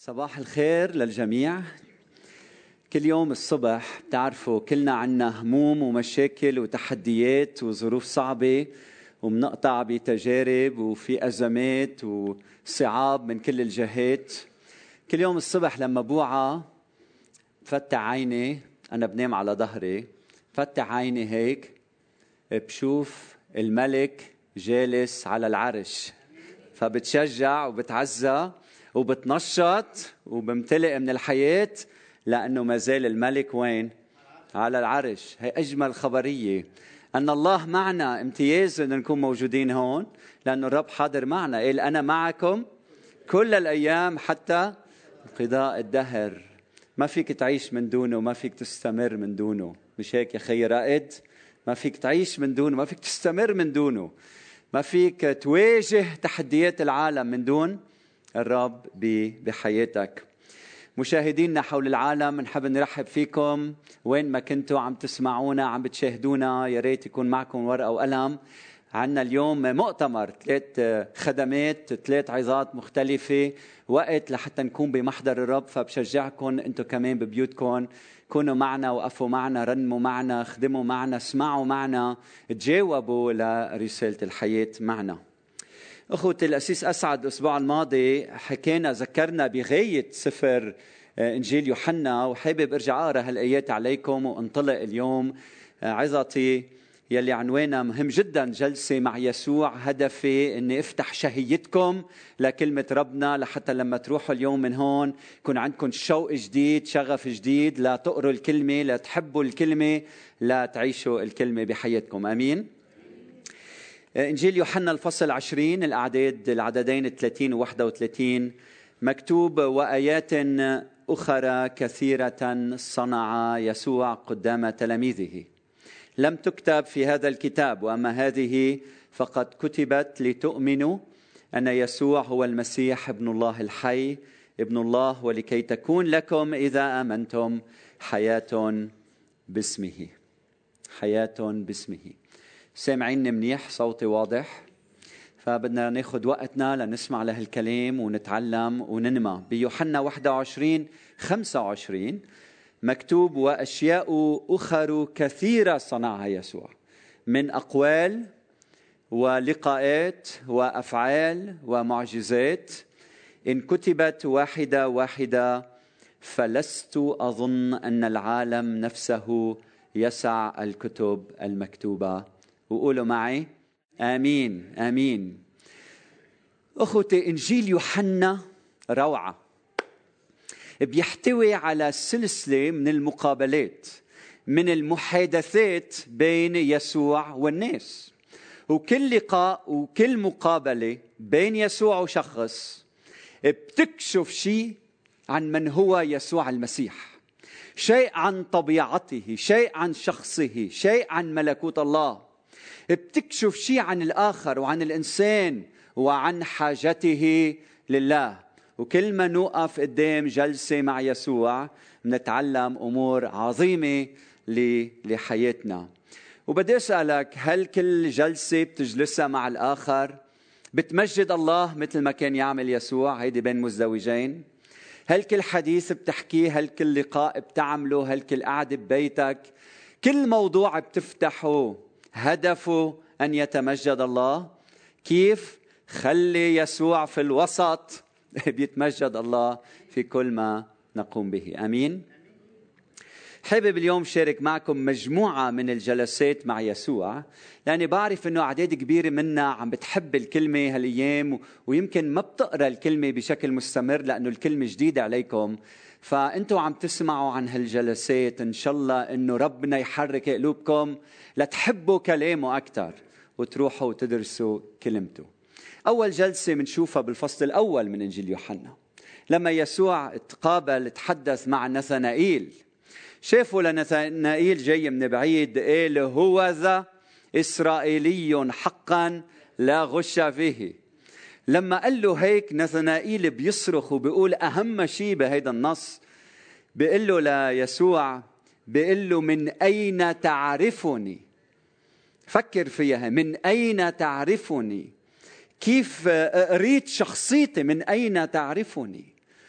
صباح الخير للجميع. كل يوم الصبح بتعرفوا كلنا عنا هموم ومشاكل وتحديات وظروف صعبة، ومنقطع بتجارب وفي أزمات وصعاب من كل الجهات. كل يوم الصبح لما بوعى فتح عيني، أنا بنام على ظهري، فتح عيني هيك بشوف الملك جالس على العرش، فبتشجع وبتعزى وبتنشط وبمتلئ من الحياة، لأنه ما زال الملك وين؟ على العرش. هي أجمل خبرية، أن الله معنا. امتياز أن نكون موجودين هون، لأن الرب حاضر معنا. قال أنا معكم كل الأيام حتى انقضاء الدهر. ما فيك تعيش من دونه، ما فيك تستمر من دونه. مش هيك يا خي رائد؟ ما فيك تعيش من دونه، ما فيك تستمر من دونه، ما فيك تواجه تحديات العالم من دون الرب بحياتك. مشاهدينا حول العالم، نحب نرحب فيكم وين ما كنتوا عم تسمعونا، عم بتشاهدونا. يا ريت يكون معكم ورقة وقلم. عنا اليوم مؤتمر، 3 خدمات، 3 عظات مختلفة، وقت لحتى نكون بمحضر الرب. فبشجعكم انتم كمان ببيوتكم كونوا معنا، وقفوا معنا، رنموا معنا، خدموا معنا، اسمعوا معنا، تجاوبوا لرسالة الحياة معنا. أخوتي، الأسيس أسعد الأسبوع الماضي حكينا، ذكرنا بغاية سفر إنجيل يوحنا، وحابب أرجع أقرأ هالآيات عليكم وانطلق اليوم عظتي يلي عنوانها مهم جدا، جلسة مع يسوع. هدفي أني أفتح شهيتكم لكلمة ربنا، لحتى لما تروحوا اليوم من هون يكون عندكم شوق جديد، شغف جديد، لا تقروا الكلمة، لا تحبوا الكلمة، لا تعيشوا الكلمة بحياتكم. أمين. إنجيل يوحنا الفصل 20 العددين 30 و 31 مكتوب: وآيات أخرى كثيرة صنع يسوع قدام تلاميذه لم تكتب في هذا الكتاب، وأما هذه فقد كتبت لتؤمنوا أن يسوع هو المسيح ابن الله الحي، ابن الله، ولكي تكون لكم إذا آمنتم حياة باسمه. حياة باسمه. سامعيني منيح؟ صوتي واضح؟ فبدنا ناخد وقتنا لنسمع له الكلام ونتعلم وننمى. بيوحنا 21:25 مكتوب: وأشياء أخر كثيرة صنعها يسوع من أقوال ولقاءات وأفعال ومعجزات، إن كتبت واحدة واحدة فلست أظن أن العالم نفسه يسع الكتب المكتوبة. وقولوا معي آمين آمين. أخوتي، إنجيل يوحنا روعة، بيحتوي على سلسلة من المقابلات، من المحادثات بين يسوع والناس. وكل لقاء وكل مقابلة بين يسوع وشخص بتكشف شيء عن من هو يسوع المسيح، شيء عن طبيعته، شيء عن شخصه، شيء عن ملكوت الله. بتكشف شيء عن الآخر وعن الإنسان وعن حاجته لله. وكل ما نوقف قدام جلسة مع يسوع نتعلم أمور عظيمة لحياتنا. وبدي أسألك، هل كل جلسة بتجلسها مع الآخر بتمجد الله مثل ما كان يعمل يسوع؟ هيدي بين مزدوجين. هل كل حديث بتحكيه، هل كل لقاء بتعمله، هل كل قعدة ببيتك، كل موضوع بتفتحه هدفه أن يتمجد الله؟ كيف؟ خلي يسوع في الوسط، بيتمجد الله في كل ما نقوم به. أمين. حابب اليوم شارك معكم مجموعة من الجلسات مع يسوع، لأني بعرف أنه أعداد كبيرة منا عم بتحب الكلمة هالأيام، ويمكن ما بتقرأ الكلمة بشكل مستمر لأنه الكلمة جديدة عليكم. فأنتوا عم تسمعوا عن هالجلسات، إن شاء الله أنه ربنا يحرك قلوبكم لتحبوا كلامه أكثر وتروحوا وتدرسوا كلمته. أول جلسة منشوفها بالفصل الأول من إنجيل يوحنا، لما يسوع تحدث مع نثنائيل. شافوا لنثنائيل جاي من بعيد، قال: هو ذا إسرائيلي حقا لا غش فيه. لما قال له هيك، نثنائيل بيصرخ وبيقول أهم شيء بهذا النص، بيقول له ليسوع، بيقول له: من أين تعرفني؟ فكر فيها، من أين تعرفني؟ كيف قريت شخصيتي؟ من أين تعرفني؟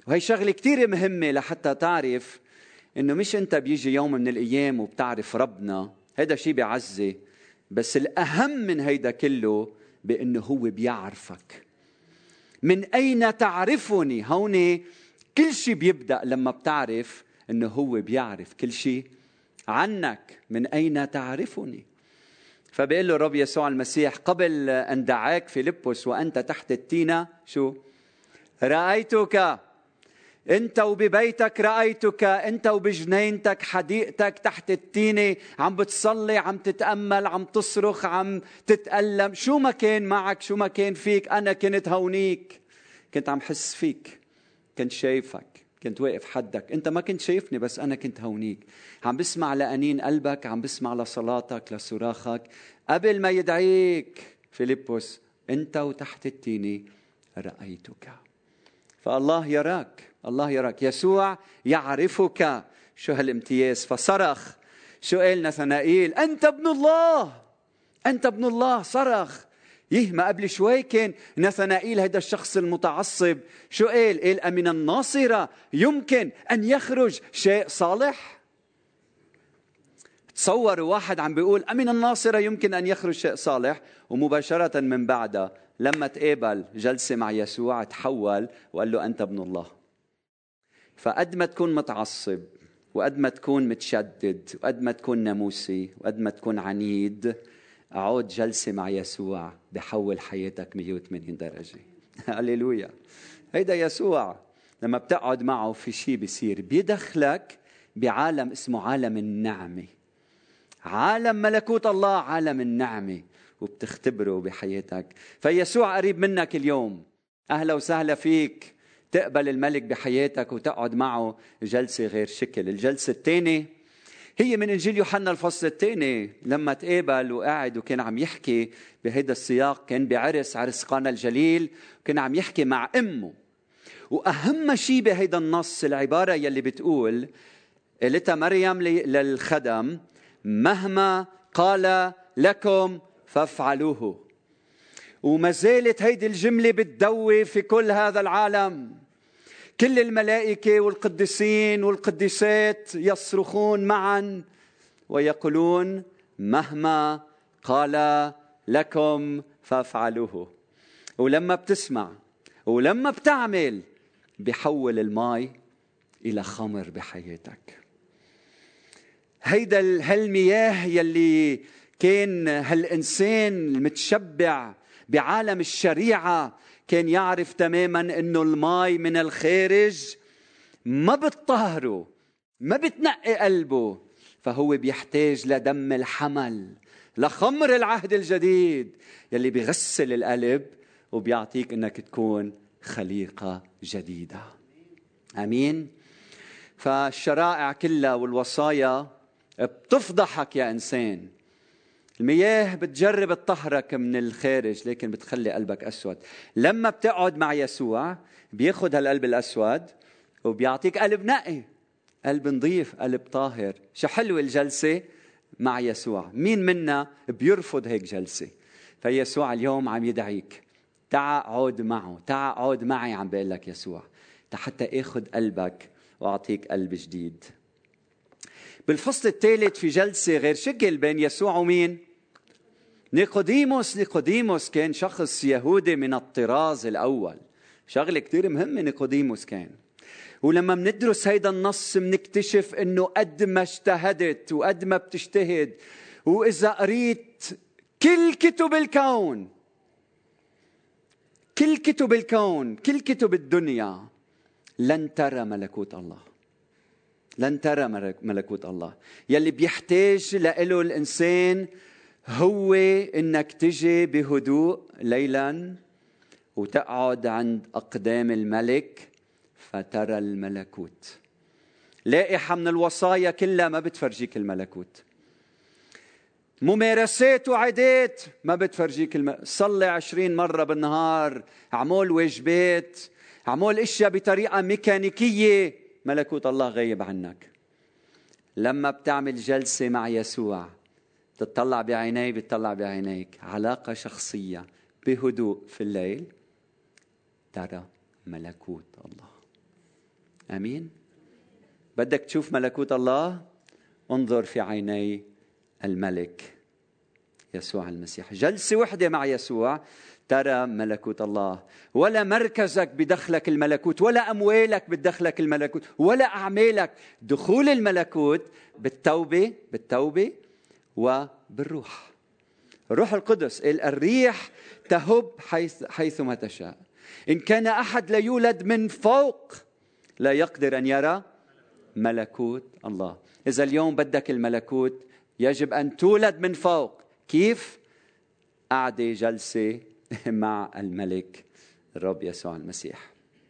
وهي شغلة كتير مهمة لحتى تعرف إنه مش أنت بيجي يوم من الأيام وبتعرف ربنا، هيدا شيء بيعزي، بس الأهم من هيدا كله بأنه هو بيعرفك. من أين تعرفني؟ هون كل شيء بيبدأ لما بتعرف أنه هو بيعرف كل شيء عنك. من أين تعرفني؟ فبيقول له الرب يسوع المسيح قبل أن دعاك فيلبس وأنت تحت التينة، شو؟ رأيتك أنت وببيتك، رأيتك أنت وبجنينتك حديقتك تحت التينة، عم بتصلي، عم تتأمل، عم تصرخ، عم تتألم. شو ما كان معك، شو ما كان فيك، أنا كنت هونيك، كنت عم حس فيك، كنت شايفك، كنت واقف حدك. أنت ما كنت شايفني بس أنا كنت هونيك، عم بسمع لأنين قلبك، عم بسمع لصلاتك، لصراخك. قبل ما يدعيك فيلبس أنت وتحت التينة رأيتك. فالله يراك، الله يراك، يسوع يعرفك. شو هالامتياز؟ فصرخ. شو قال نثنائيل؟ أنت ابن الله، أنت ابن الله. صرخ. ما قبل شوي كان نثنائيل هذا الشخص المتعصب شو قال؟ قال أمن الناصرة يمكن أن يخرج شيء صالح؟ تصوروا واحد عم بيقول أمن الناصرة يمكن أن يخرج شيء صالح، ومباشرة من بعدها لما تقابل جلسة مع يسوع تحول وقال له أنت ابن الله. فقد ما تكون متعصب، وقد ما تكون متشدد، وقد ما تكون ناموسي، وقد ما تكون عنيد، أعود جلسة مع يسوع بحول حياتك 180 درجة. هاليلويا. هيدا يسوع لما بتقعد معه في شيء بيصير، بيدخلك بعالم اسمه عالم النعمة، عالم ملكوت الله، عالم النعمة، وبتختبره بحياتك. فيسوع قريب منك اليوم. أهلا وسهلا فيك تقبل الملك بحياتك وتقعد معه جلسة غير شكل. الجلسة الثانية هي من إنجيل يوحنا الفصل الثاني، لما تقابل وقاعد وكان عم يحكي بهذا السياق، كان بعرس قانا الجليل، وكان عم يحكي مع أمه. وأهم شيء بهذا النص العبارة يلي بتقول، قالتها مريم للخدم: مهما قال لكم فافعلوه. وما زالت هيدي الجملة بتدوي في كل هذا العالم. كل الملائكة والقديسين والقديسات يصرخون معا ويقولون: مهما قال لكم فافعلوه. ولما بتسمع ولما بتعمل، بيحول الماء إلى خمر بحياتك. هالمياه يلي كان هالإنسان المتشبع بعالم الشريعة كان يعرف تماما أنه الماء من الخارج ما بتطهره، ما بتنقي قلبه، فهو بيحتاج لدم الحمل، لخمر العهد الجديد يلي بيغسل القلب وبيعطيك أنك تكون خليقة جديدة. أمين. فالشرائع كلها والوصايا بتفضحك يا إنسان. المياه بتجرب تطهرك من الخارج، لكن بتخلي قلبك أسود. لما بتقعد مع يسوع بياخد هالقلب الأسود وبيعطيك قلب نقي، قلب نظيف، قلب طاهر. شو حلوة الجلسة مع يسوع. مين منا بيرفض هيك جلسة؟ فيسوع اليوم عم يدعيك: تعا اقعد معه، تعا اقعد معي. عم بقول لك يسوع حتى اخذ قلبك واعطيك قلب جديد. بالفصل الثالث في جلسة غير شكل بين يسوع ومين؟ نيقوديموس. نيقوديموس كان شخص يهودي من الطراز الأول. شغلة كتير مهمة نيقوديموس كان. ولما بندرس هيدا النص بنكتشف انه قد ما اجتهدت وقد ما بتجتهد، وإذا قريت كل كتب الكون، كل كتب الكون، كل كتب الدنيا، لن ترى ملكوت الله. لن ترى ملكوت الله. يلي بيحتاج له الإنسان هو إنك تجي بهدوء ليلا وتقعد عند أقدام الملك فترى الملكوت. لائحة من الوصايا كلها ما بتفرجيك الملكوت. ممارسات وعادات ما بتفرجيك صلي 20 مرة بالنهار، عمول واجبات، عمول اشياء بطريقة ميكانيكية، ملكوت الله غايب عنك. لما بتعمل جلسة مع يسوع، تطلع بعينيه بتطلع بعينيك، علاقة شخصية بهدوء في الليل، ترى ملكوت الله. آمين. بدك تشوف ملكوت الله؟ انظر في عيني الملك يسوع المسيح. جلسة وحدة مع يسوع ترى ملكوت الله. ولا مركزك بدخلك الملكوت، ولا أموالك بدخلك الملكوت، ولا أعمالك. دخول الملكوت بالتوبة وبالروح. الروح القدس الريح تهب حيثما تشاء. إن كان أحد لا يولد من فوق لا يقدر أن يرى ملكوت الله. إذا اليوم بدك الملكوت يجب أن تولد من فوق. كيف؟ قعدة جلسة مع الملك الرب يسوع المسيح.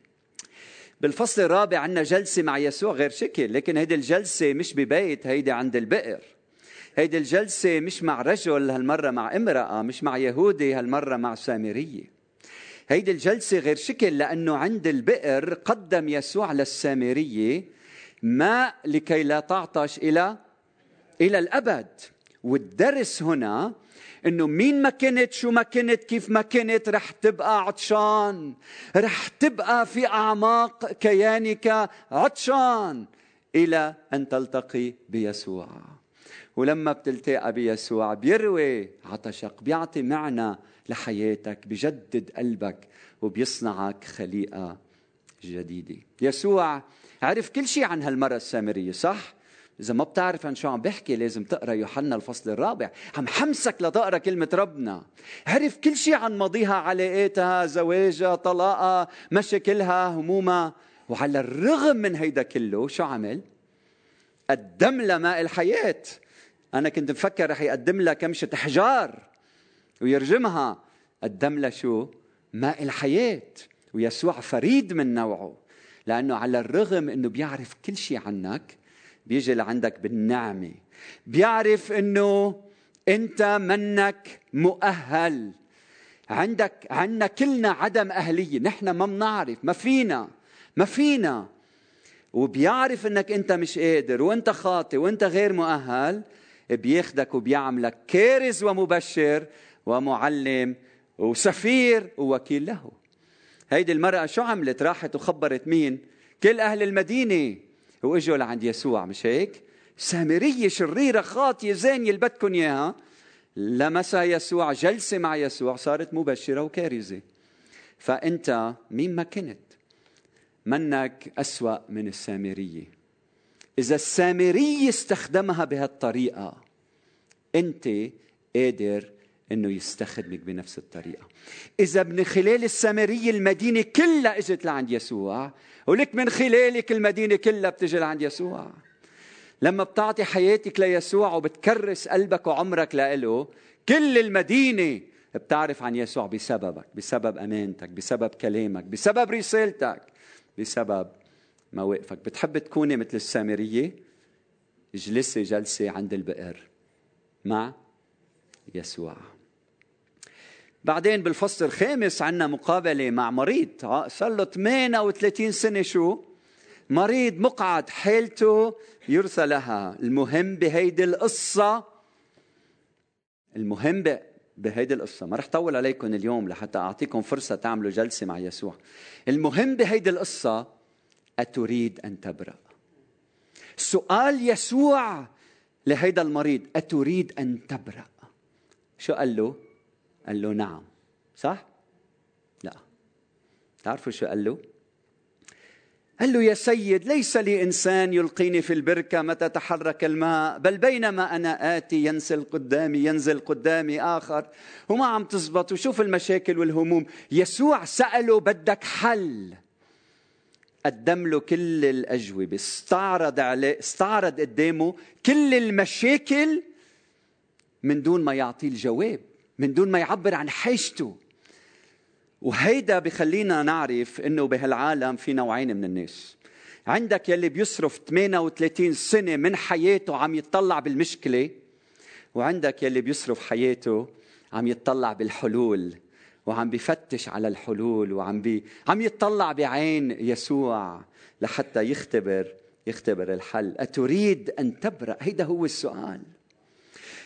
بالفصل الرابع عندنا جلسة مع يسوع غير شكل، لكن هيدي الجلسة مش ببيت، هيدي عند البئر. هيدي الجلسة مش مع رجل هالمرة مع امرأة، مش مع يهودي هالمرة مع سامرية. هيدي الجلسة غير شكل لأنه عند البئر قدم يسوع للسامرية ماء لكي لا تعطش إلى الأبد. والدرس هنا إنه مين ما كنت، شو ما كنت، كيف ما كنت، رح تبقى عطشان، رح تبقى في أعماق كيانك عطشان إلى أن تلتقي بيسوع. ولما بتلتقى بيسوع بيروي عطشك، بيعطي معنى لحياتك، بيجدد قلبك وبيصنعك خليقة جديدة. يسوع عرف كل شيء عن هالمرأة السامرية، صح؟ إذا ما بتعرف عن شو عم بحكي لازم تقرأ يوحنا الفصل الرابع. عم حمسك لتقرأ كلمة ربنا. عرف كل شيء عن ماضيها، علاقاتها، زواجها، طلاقها، مشاكلها، همومها. وعلى الرغم من هيدا كله شو عمل؟ قدم لها ماء الحياة. أنا كنت مفكر رح يقدم لها كمشة حجار ويرجمها. قدم لها شو؟ ماء الحياة. ويسوع فريد من نوعه، لأنه على الرغم أنه بيعرف كل شيء عنك بيجي لعندك بالنعمة. بيعرف أنه أنت منك مؤهل. عندنا كلنا عدم أهلية، نحن ما بنعرف، ما فينا. وبيعرف أنك أنت مش قادر وأنت خاطئ وأنت غير مؤهل. بياخدك وبيعملك كارز ومبشر ومعلم وسفير ووكيل له. هيدي المرأة شو عملت؟ راحت وخبرت مين؟ كل أهل المدينة، وإجوا لعند يسوع، مش هيك؟ سامرية شريرة خاطية زانية اللي بدكن إياها لمسها يسوع، جلسة مع يسوع، صارت مبشرة وكارزة. فأنت مين ما كنت منك أسوأ من السامرية. إذا السامرية استخدمها بهالطريقة أنت قادر أنه يستخدمك بنفس الطريقة. إذا من خلال السامرية المدينة كلها إجت لعند يسوع، ولك من خلالك المدينة كلها بتجي لعند يسوع. لما بتعطي حياتك ليسوع وبتكرس قلبك وعمرك لإله، كل المدينة بتعرف عن يسوع بسببك، بسبب أمانتك، بسبب كلامك، بسبب رسالتك، بسبب مواقفك. بتحب تكوني مثل السامرية؟ اجلسي جلسة عند البئر مع يسوع. بعدين بالفصل الخامس عنا مقابلة مع مريض صار له 38 سنة شو؟ مريض مقعد، حالته يرثى لها. المهم بهيدي القصة، ما رح طول عليكم اليوم لحتى أعطيكم فرصة تعملوا جلسة مع يسوع. المهم بهيدي القصة، أتريد أن تبرأ؟ سؤال يسوع لهيدا المريض، أتريد أن تبرأ؟ شو قال له؟ قال له نعم، صح؟ لا. تعرفوا شو قال له؟ قال له يا سيد، ليس لي إنسان يلقيني في البركة متى تحرك الماء، بل بينما أنا آتي ينزل قدامي آخر، وما عم تزبط، وشوف المشاكل والهموم. يسوع سأله بدك حل، قدم له كل الأجوبة، استعرض قدامه كل المشاكل من دون ما يعطيه الجواب، من دون ما يعبر عن حاجته. وهيدا بخلينا نعرف إنه بهالعالم في نوعين من الناس. عندك يلي بيصرف 38 سنة من حياته عم يتطلع بالمشكلة، وعندك يلي بيصرف حياته عم يتطلع بالحلول، وعم بيفتش على الحلول، وعم يتطلع بعين يسوع لحتى يختبر الحل. أتريد أن تبرأ؟ هيدا هو السؤال.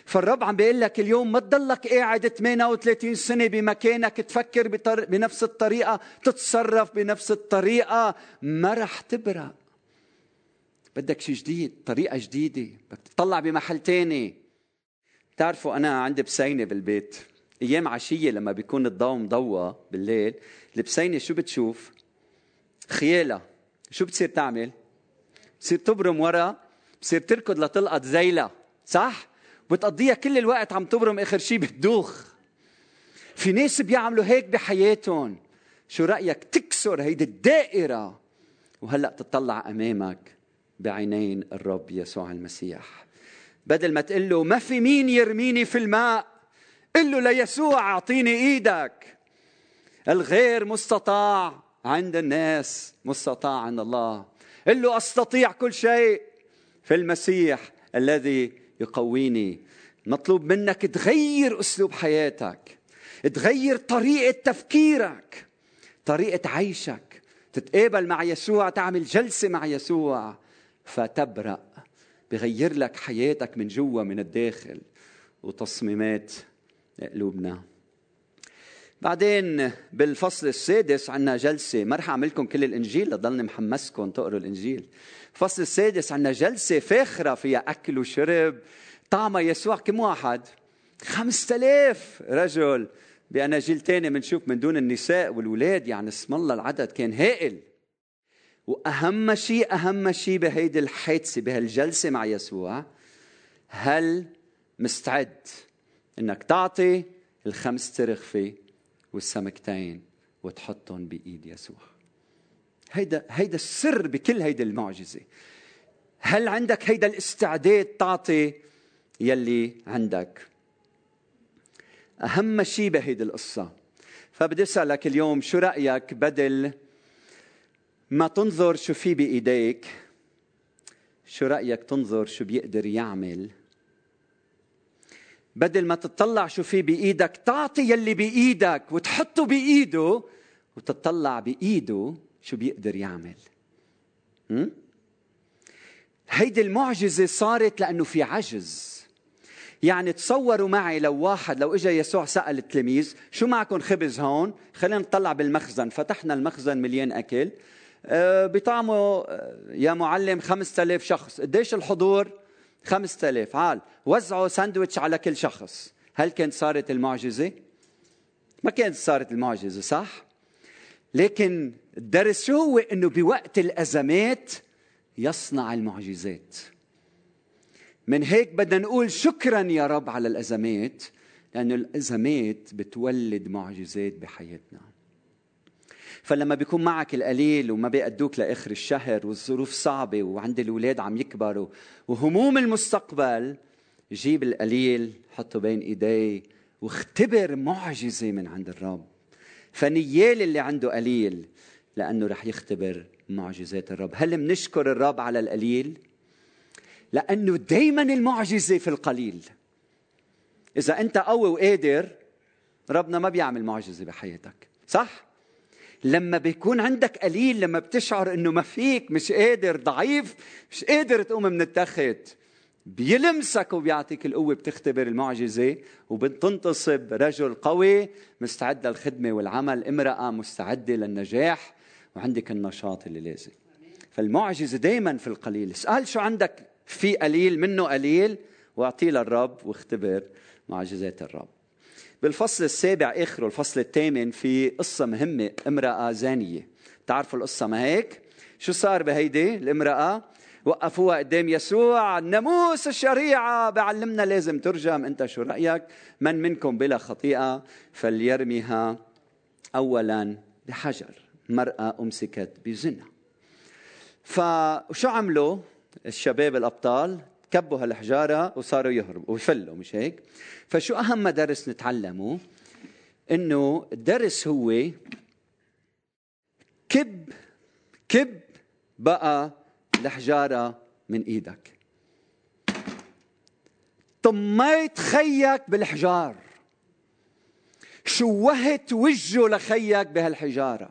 فالرب عم بيقول لك اليوم ما تضلك قاعد 38 سنة بمكانك تفكر بنفس الطريقة، تتصرف بنفس الطريقة، ما رح تبرأ. بدك شيء جديد، طريقة جديدة، بدك تطلع بمحل تاني. تعرفوا أنا عندي بسينة بالبيت، أيام عشية لما بيكون الضوء مضوى بالليل، البسينة شو بتشوف؟ خيالة. شو بتصير تعمل؟ بتصير تبرم ورا، بتصير تركض لتلقط زيلة، صح؟ بتقضيها كل الوقت عم تبرم، آخر شيء بتدوخ. في ناس بيعملوا هيك بحياتهم. شو رأيك تكسر هيدي الدائرة وهلأ تطلع أمامك بعينين الرب يسوع المسيح؟ بدل ما تقول له ما في مين يرميني في الماء، قل له ليسوع أعطيني إيدك. الغير مستطاع عند الناس مستطاع عند الله. قل له أستطيع كل شيء في المسيح الذي يقويني. مطلوب منك تغير أسلوب حياتك، تغير طريقة تفكيرك، طريقة عيشك، تتقابل مع يسوع، تعمل جلسة مع يسوع فتبرأ، بغير لك حياتك من جوا من الداخل وتصميمات قلوبنا. بعدين بالفصل السادس عنا جلسة، ما رح أعملكم كل الإنجيل لضلني محمسكم تقروا الإنجيل. الفصل السادس عنا جلسة فاخرة فيها أكل وشرب، طعم يسوع كم واحد؟ 5000 رجل. بأناجيل تاني منشوف من دون النساء والولاد، يعني اسم الله العدد كان هائل. وأهم شيء بهيدي الحادثة بهالجلسة مع يسوع، هل مستعد إنك تعطي 5 ترغفة والسمكتين وتحطهم بإيد يسوع؟ هيدا السر بكل هيدا المعجزة. هل عندك هيدا الاستعداد تعطي يلي عندك؟ أهم شيء بهيدي القصة. فبدي أسألك اليوم، شو رأيك بدل ما تنظر شو في بإيديك، شو رأيك تنظر شو بيقدر يعمل؟ بدل ما تطلع شو في بإيدك، تعطي يلي بإيدك وتحطه بإيده وتطلع بإيده شو بيقدر يعمل. هيدي المعجزة صارت لأنه في عجز. يعني تصوروا معي لو إجا يسوع سأل التلاميذ شو معكم خبز هون؟ خلينا نطلع بالمخزن. فتحنا المخزن مليان أكل، بطعمه يا معلم 5000 شخص. قديش الحضور؟ 5000. عال وزعوا ساندويتش على كل شخص. هل كانت صارت المعجزة؟ ما كانت صارت المعجزة، صح؟ لكن الدرس شو هو؟ إنه بوقت الأزمات يصنع المعجزات. من هيك بدنا نقول شكرا يا رب على الأزمات، لأن الأزمات بتولد معجزات بحياتنا. فلما بيكون معك القليل وما بيقدوك لآخر الشهر والظروف صعبة وعند الأولاد عم يكبروا وهموم المستقبل، جيب القليل حطه بين إيديه واختبر معجزة من عند الرب. فنيال اللي عنده قليل لأنه رح يختبر معجزات الرب. هل منشكر الرب على القليل؟ لأنه دايما المعجزة في القليل. إذا أنت قوي وقادر، ربنا ما بيعمل معجزة بحياتك، صح؟ لما بيكون عندك قليل، لما بتشعر أنه ما فيك، مش قادر، ضعيف، مش قادر تقوم من التخت، بيلمسك وبيعطيك القوة، بتختبر المعجزة وبتنتصب رجل قوي مستعد للخدمة والعمل، امرأة مستعدة للنجاح وعندك النشاط اللي لازم. فالمعجزة دايما في القليل. اسأل شو عندك في قليل منه قليل واعطيه للرب واختبر معجزات الرب. بالفصل السابع آخره الفصل الثامن في قصة مهمة، امرأة زانية. تعرفوا القصة ما هيك؟ شو صار بهيدي الامرأة؟ وقفوها قدام يسوع، ناموس الشريعة بعلمنا لازم ترجم، انت شو رأيك؟ من منكم بلا خطيئة فليرميها أولا بحجر. مرأة أمسكت بزنا. فشو عملوا الشباب الأبطال؟ كبوا هالحجارة وصاروا يهربوا ويفلوا، مش هيك؟ فشو أهم درس نتعلمه؟ إنه الدرس هو كب بقى الحجارة من إيدك. طميت خيك بالحجار، شوهت وجهه لخيك بهالحجارة،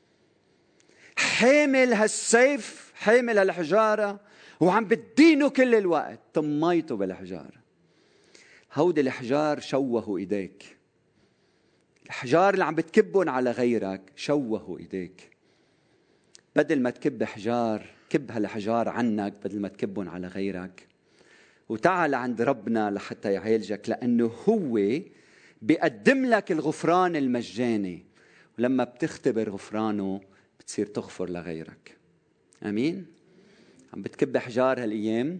حامل هالسيف، حامل هالحجارة وعم بتدينه كل الوقت، طميته بالحجارة. هودي الحجار شوهوا إيديك. الحجار اللي عم بتكبهم على غيرك شوهوا إيديك. بدل ما تكب حجار، كب هالحجار عنك بدل ما تكبهم على غيرك. وتعال عند ربنا لحتى يعالجك، لأنه هو بيقدم لك الغفران المجاني. ولما بتختبر غفرانه بتصير تغفر لغيرك. أمين؟ عم بتكب حجار هالأيام؟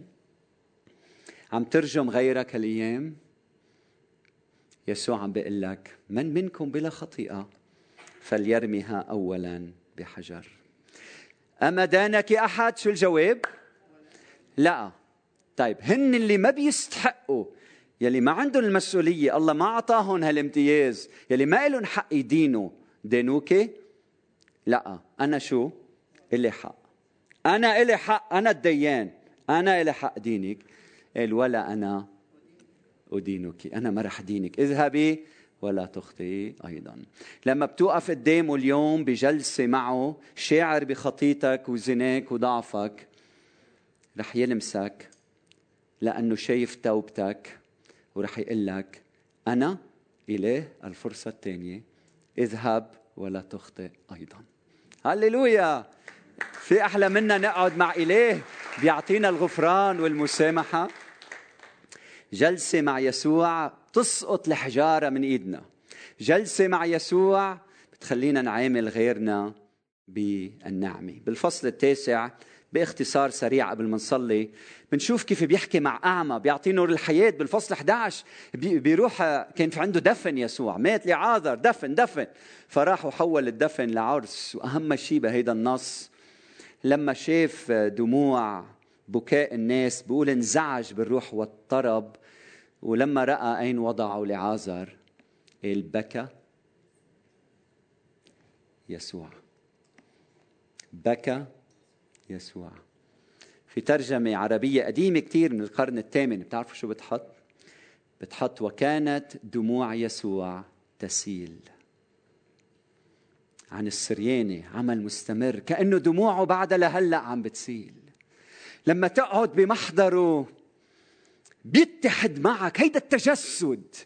عم ترجم غيرك هالأيام؟ يسوع عم بيقول لك: من منكم بلا خطيئة فليرميها أولا بحجر. أما دانك أحد؟ شو الجواب؟ لا. طيب هن اللي ما بيستحقوا، يلي ما عندهم المسؤولية، الله ما أعطاهم هالامتياز، يلي ما لهم حق يدينوا، دينوكي؟ لا. أنا شو؟ إلي حق، أنا إلي حق، أنا الديان، أنا إلي حق دينك. قال: ولا أنا أدينك، أنا ما رح دينك، اذهبي ولا تخطئي أيضا. لما بتوقف قدامه اليوم بجلسة معه شاعر بخطيتك وزناك وضعفك، رح يلمسك لأنه شايف توبتك، ورح يقول لك: أنا إله الفرصة الثانية، اذهب ولا تخطئ أيضا. هللويا! في أحلى منا نقعد مع إله بيعطينا الغفران والمسامحة؟ جلسة مع يسوع تسقط الحجارة من إيدنا. جلسة مع يسوع بتخلينا نعامل غيرنا بالنعمة. بالفصل 9 باختصار سريع قبل ما نصلي بنشوف كيف بيحكي مع أعمى بيعطيه نور الحياة. بالفصل 11 بيروح، كان في عنده دفن، يسوع مات لعازر، دفن، فراح وحول الدفن لعرس. وأهم شيء بهيدا النص لما شاف دموع بكاء الناس بيقول انزعج بالروح واضطرب، ولما رأى أين وضعوا لعازر قال: بكى يسوع، بكى يسوع. في ترجمة عربية قديمة كتير من القرن الثامن بتعرفوا شو بتحط وكانت دموع يسوع تسيل. عن السرياني عمل مستمر، كأنه دموعه بعد لهلأ عم بتسيل. لما تقعد بمحضره بيتحد معك، هيدا التجسد.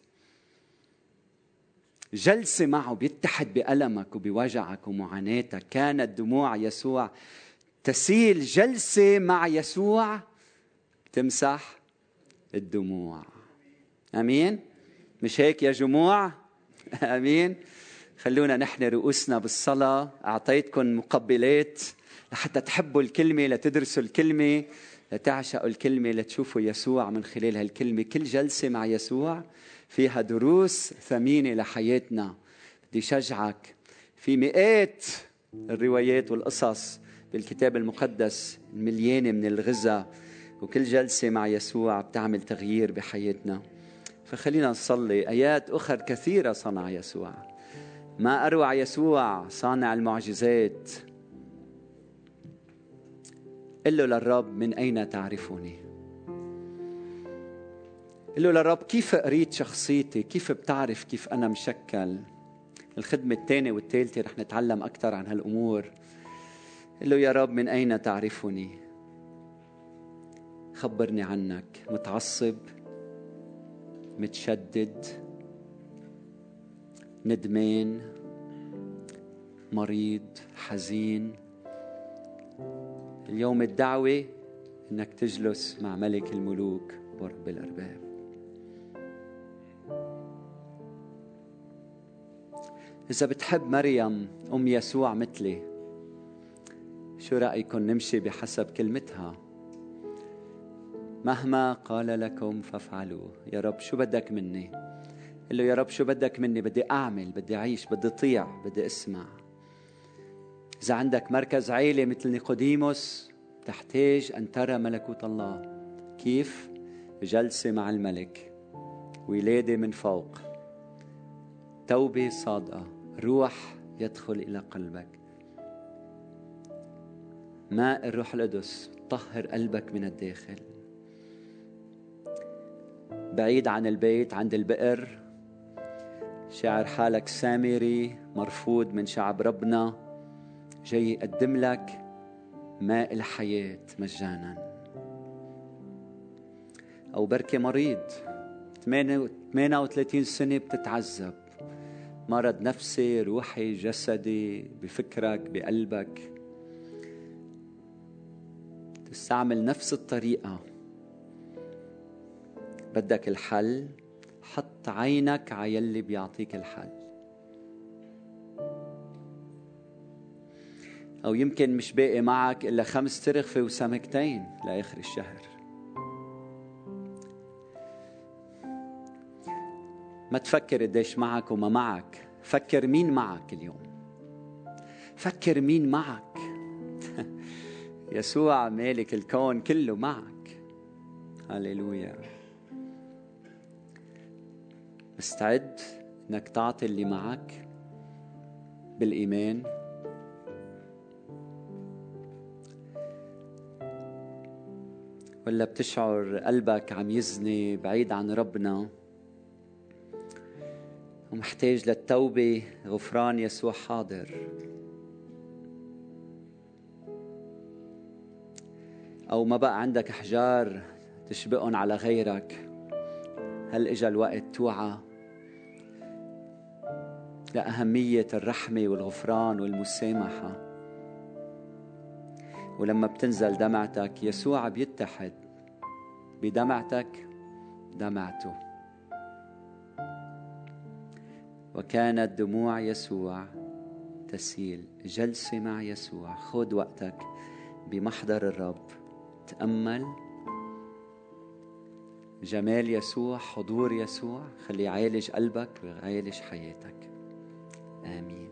جلسة معه بيتحد بألمك وبوجعك ومعاناتك. كانت دموع يسوع تسيل. جلسة مع يسوع تمسح الدموع. أمين؟ مش هيك يا جموع؟ أمين؟ خلونا نحن رؤوسنا بالصلاة. أعطيتكم مقبلات لحتى تحبوا الكلمة، لتدرسوا الكلمة، لتعشقوا الكلمة، لتشوفوا يسوع من خلال هالكلمة. كل جلسة مع يسوع فيها دروس ثمينة لحياتنا. بدي شجعك، في مئات الروايات والقصص بالكتاب المقدس المليانة من الغذاء، وكل جلسة مع يسوع بتعمل تغيير بحياتنا. فخلينا نصلي. آيات أخرى كثيرة صنع يسوع، ما أروع يسوع صانع المعجزات. قل له للرب: من أين تعرفني؟ قل له للرب: كيف قريت شخصيتي؟ كيف بتعرف كيف أنا مشكل؟ الخدمة الثانية والثالثة رح نتعلم أكثر عن هالأمور. قل له: يا رب من أين تعرفني؟ خبرني عنك. متعصب، متشدد، ندمان، مريض، حزين. اليوم الدعوة إنك تجلس مع ملك الملوك ورب الأرباب. إذا بتحب مريم أم يسوع مثلي، شو رأيكم نمشي بحسب كلمتها؟ مهما قال لكم فافعلوا. يا رب شو بدك مني؟ قل له: يا رب شو بدك مني؟ بدي أعمل، بدي أعيش، بدي أطيع، بدي أسمع. إذا عندك مركز عائلة مثل نيقوديموس تحتاج أن ترى ملكوت الله. كيف؟ جلسة مع الملك، ولادة من فوق، توبة صادقة، روح يدخل إلى قلبك، ماء الروح القدس طهر قلبك من الداخل. بعيد عن البيت عند البئر، شاعر حالك سامري مرفوض من شعب ربنا، جاي يقدم لك ماء الحياة مجانا. أو بركة مريض 38 سنة بتتعذب، مرض نفسي روحي جسدي، بفكرك بقلبك، تستعمل نفس الطريقة. بدك الحل، حط عينك على يلي بيعطيك الحل. أو يمكن مش باقي معك إلا 5 ترغفة وسمكتين لآخر الشهر. ما تفكر قديش معك وما معك، فكر مين معك اليوم. فكر مين معك. يسوع مالك الكون كله معك. هاليلويا. مستعد انك تعطي اللي معك بالإيمان؟ ولا بتشعر قلبك عم يزني بعيد عن ربنا ومحتاج للتوبة؟ غفران يسوع حاضر. أو ما بقى عندك أحجار تشبقهم على غيرك؟ هل إجا الوقت توعى لأهمية الرحمة والغفران والمسامحة؟ ولما بتنزل دمعتك يسوع بيتحد بدمعتك دمعته. وكانت دموع يسوع تسيل. جلسة مع يسوع، خد وقتك بمحضر الرب، تأمل جمال يسوع، حضور يسوع، خليه يعالج قلبك ويعالج حياتك. آمين.